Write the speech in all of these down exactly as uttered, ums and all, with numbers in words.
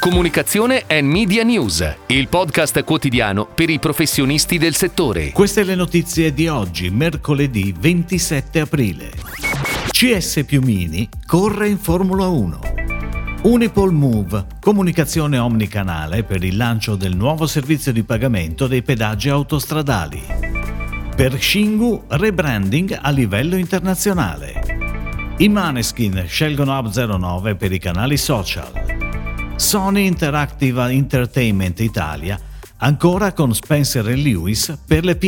Comunicazione and Media News, il podcast quotidiano per i professionisti del settore. Queste le notizie di oggi, mercoledì ventisette aprile. C S più Mini corre in Formula uno. Unipol Move, comunicazione omnicanale per il lancio del nuovo servizio di pagamento dei pedaggi autostradali. Per Xingu, rebranding a livello internazionale. I Maneskin scelgono Hub zero nove per i canali social. Sony Interactive Entertainment Italia ancora con Spencer e Lewis per le P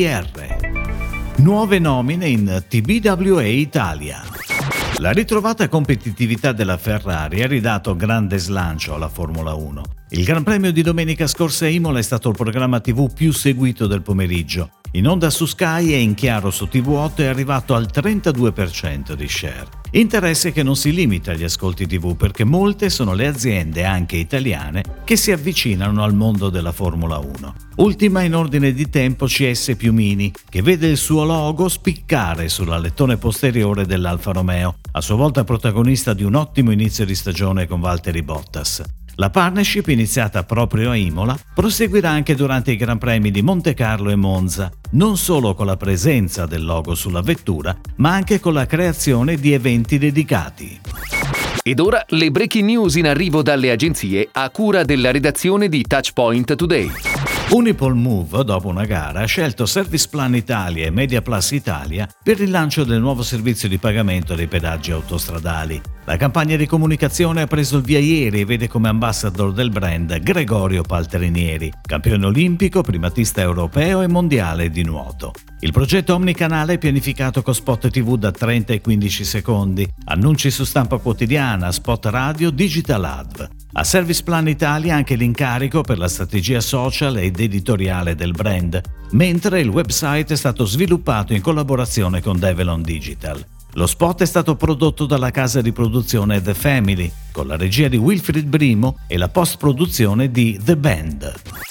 R. Nuove nomine in T B W A Italia. La ritrovata competitività della Ferrari ha ridato grande slancio alla Formula uno. Il Gran Premio di domenica scorsa a Imola è stato il programma tivù più seguito del pomeriggio. In onda su Sky e in chiaro su T V otto è arrivato al trentadue per cento di share. Interesse che non si limita agli ascolti tivù perché molte sono le aziende, anche italiane, che si avvicinano al mondo della Formula uno. Ultima in ordine di tempo C S più Mini, che vede il suo logo spiccare sull'alettone posteriore dell'Alfa Romeo, a sua volta protagonista di un ottimo inizio di stagione con Valtteri Bottas. La partnership, iniziata proprio a Imola, proseguirà anche durante i Gran Premi di Monte Carlo e Monza, non solo con la presenza del logo sulla vettura, ma anche con la creazione di eventi dedicati. Ed ora le breaking news in arrivo dalle agenzie a cura della redazione di Touchpoint Today. Unipol Move, dopo una gara, ha scelto Service Plan Italia e Media Plus Italia per il lancio del nuovo servizio di pagamento dei pedaggi autostradali. La campagna di comunicazione ha preso il via ieri e vede come ambassador del brand Gregorio Paltrinieri, campione olimpico, primatista europeo e mondiale di nuoto. Il progetto omnicanale è pianificato con spot tivù da trenta e quindici secondi, annunci su stampa quotidiana, spot radio, digital ad. A Service Plan Italia anche l'incarico per la strategia social ed editoriale del brand, mentre il website è stato sviluppato in collaborazione con Develon Digital. Lo spot è stato prodotto dalla casa di produzione The Family, con la regia di Wilfried Brimo e la post-produzione di The Band.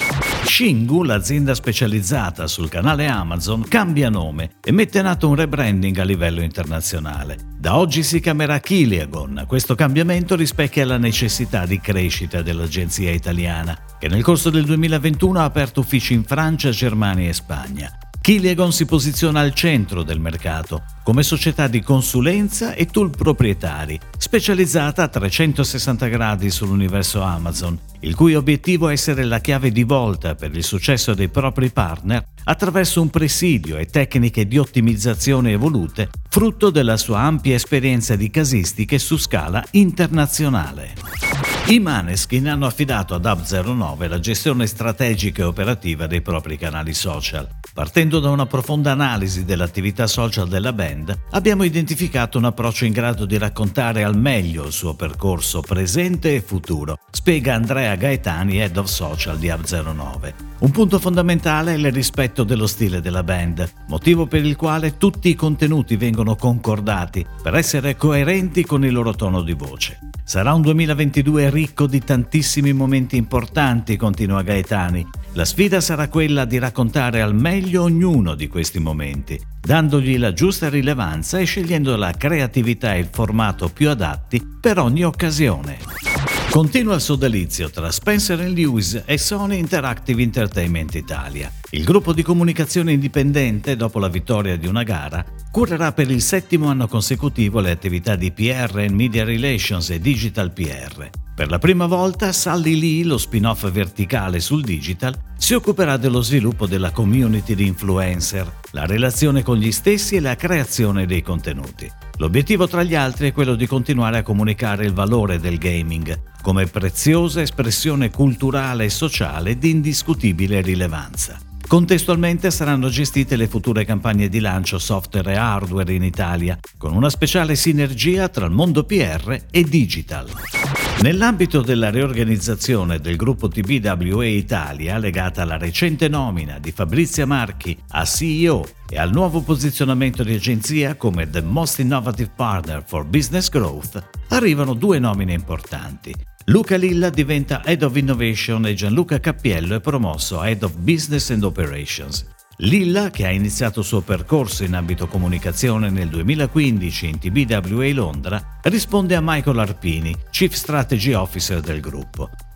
Xingu, l'azienda specializzata sul canale Amazon, cambia nome e mette in atto un rebranding a livello internazionale. Da oggi si chiamerà Kiliagon. Questo cambiamento rispecchia la necessità di crescita dell'agenzia italiana, che nel corso del duemilaventuno ha aperto uffici in Francia, Germania e Spagna. Kiliagon si posiziona al centro del mercato come società di consulenza e tool proprietari, specializzata a trecentosessanta gradi sull'universo Amazon, il cui obiettivo è essere la chiave di volta per il successo dei propri partner attraverso un presidio e tecniche di ottimizzazione evolute, frutto della sua ampia esperienza di casistiche su scala internazionale. I Maneskin hanno affidato ad Hub zero nove la gestione strategica e operativa dei propri canali social. Partendo da una profonda analisi dell'attività social della band, abbiamo identificato un approccio in grado di raccontare al meglio il suo percorso presente e futuro, spiega Andrea Gaetani, Head of Social di Hub zero nove. Un punto fondamentale è il rispetto dello stile della band, motivo per il quale tutti i contenuti vengono concordati per essere coerenti con il loro tono di voce. Sarà un duemilaventidue ricco di tantissimi momenti importanti, continua Gaetani. La sfida sarà quella di raccontare al meglio ognuno di questi momenti, dandogli la giusta rilevanza e scegliendo la creatività e il formato più adatti per ogni occasione. Continua il sodalizio tra Spencer e Lewis e Sony Interactive Entertainment Italia. Il gruppo di comunicazione indipendente, dopo la vittoria di una gara, curerà per il settimo anno consecutivo le attività di P R and Media Relations e Digital P R. Per la prima volta Sully Lee, lo spin-off verticale sul digital, si occuperà dello sviluppo della community di influencer, la relazione con gli stessi e la creazione dei contenuti. L'obiettivo tra gli altri è quello di continuare a comunicare il valore del gaming come preziosa espressione culturale e sociale di indiscutibile rilevanza. Contestualmente saranno gestite le future campagne di lancio software e hardware in Italia, con una speciale sinergia tra il mondo P R e digital. Nell'ambito della riorganizzazione del gruppo T B W A Italia, legata alla recente nomina di Fabrizia Marchi a C E O e al nuovo posizionamento di agenzia come The Most Innovative Partner for Business Growth, arrivano due nomine importanti. Luca Lilla diventa Head of Innovation e Gianluca Cappiello è promosso a Head of Business and Operations. Lilla, che ha iniziato il suo percorso in ambito comunicazione nel duemilaquindici in T B W A Londra, risponde a Michael Arpini, Chief Strategy Officer del gruppo.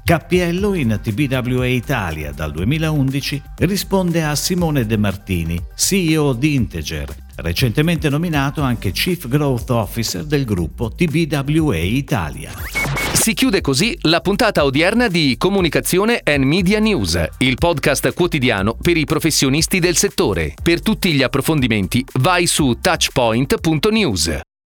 Cappiello in T B W A Italia dal duemilaundici risponde a Simone De Martini, C E O di Integer, recentemente nominato anche Chief Growth Officer del gruppo T B W A Italia. Si chiude così la puntata odierna di Comunicazione and Media News, il podcast quotidiano per i professionisti del settore. Per tutti gli approfondimenti vai su touchpoint punto news.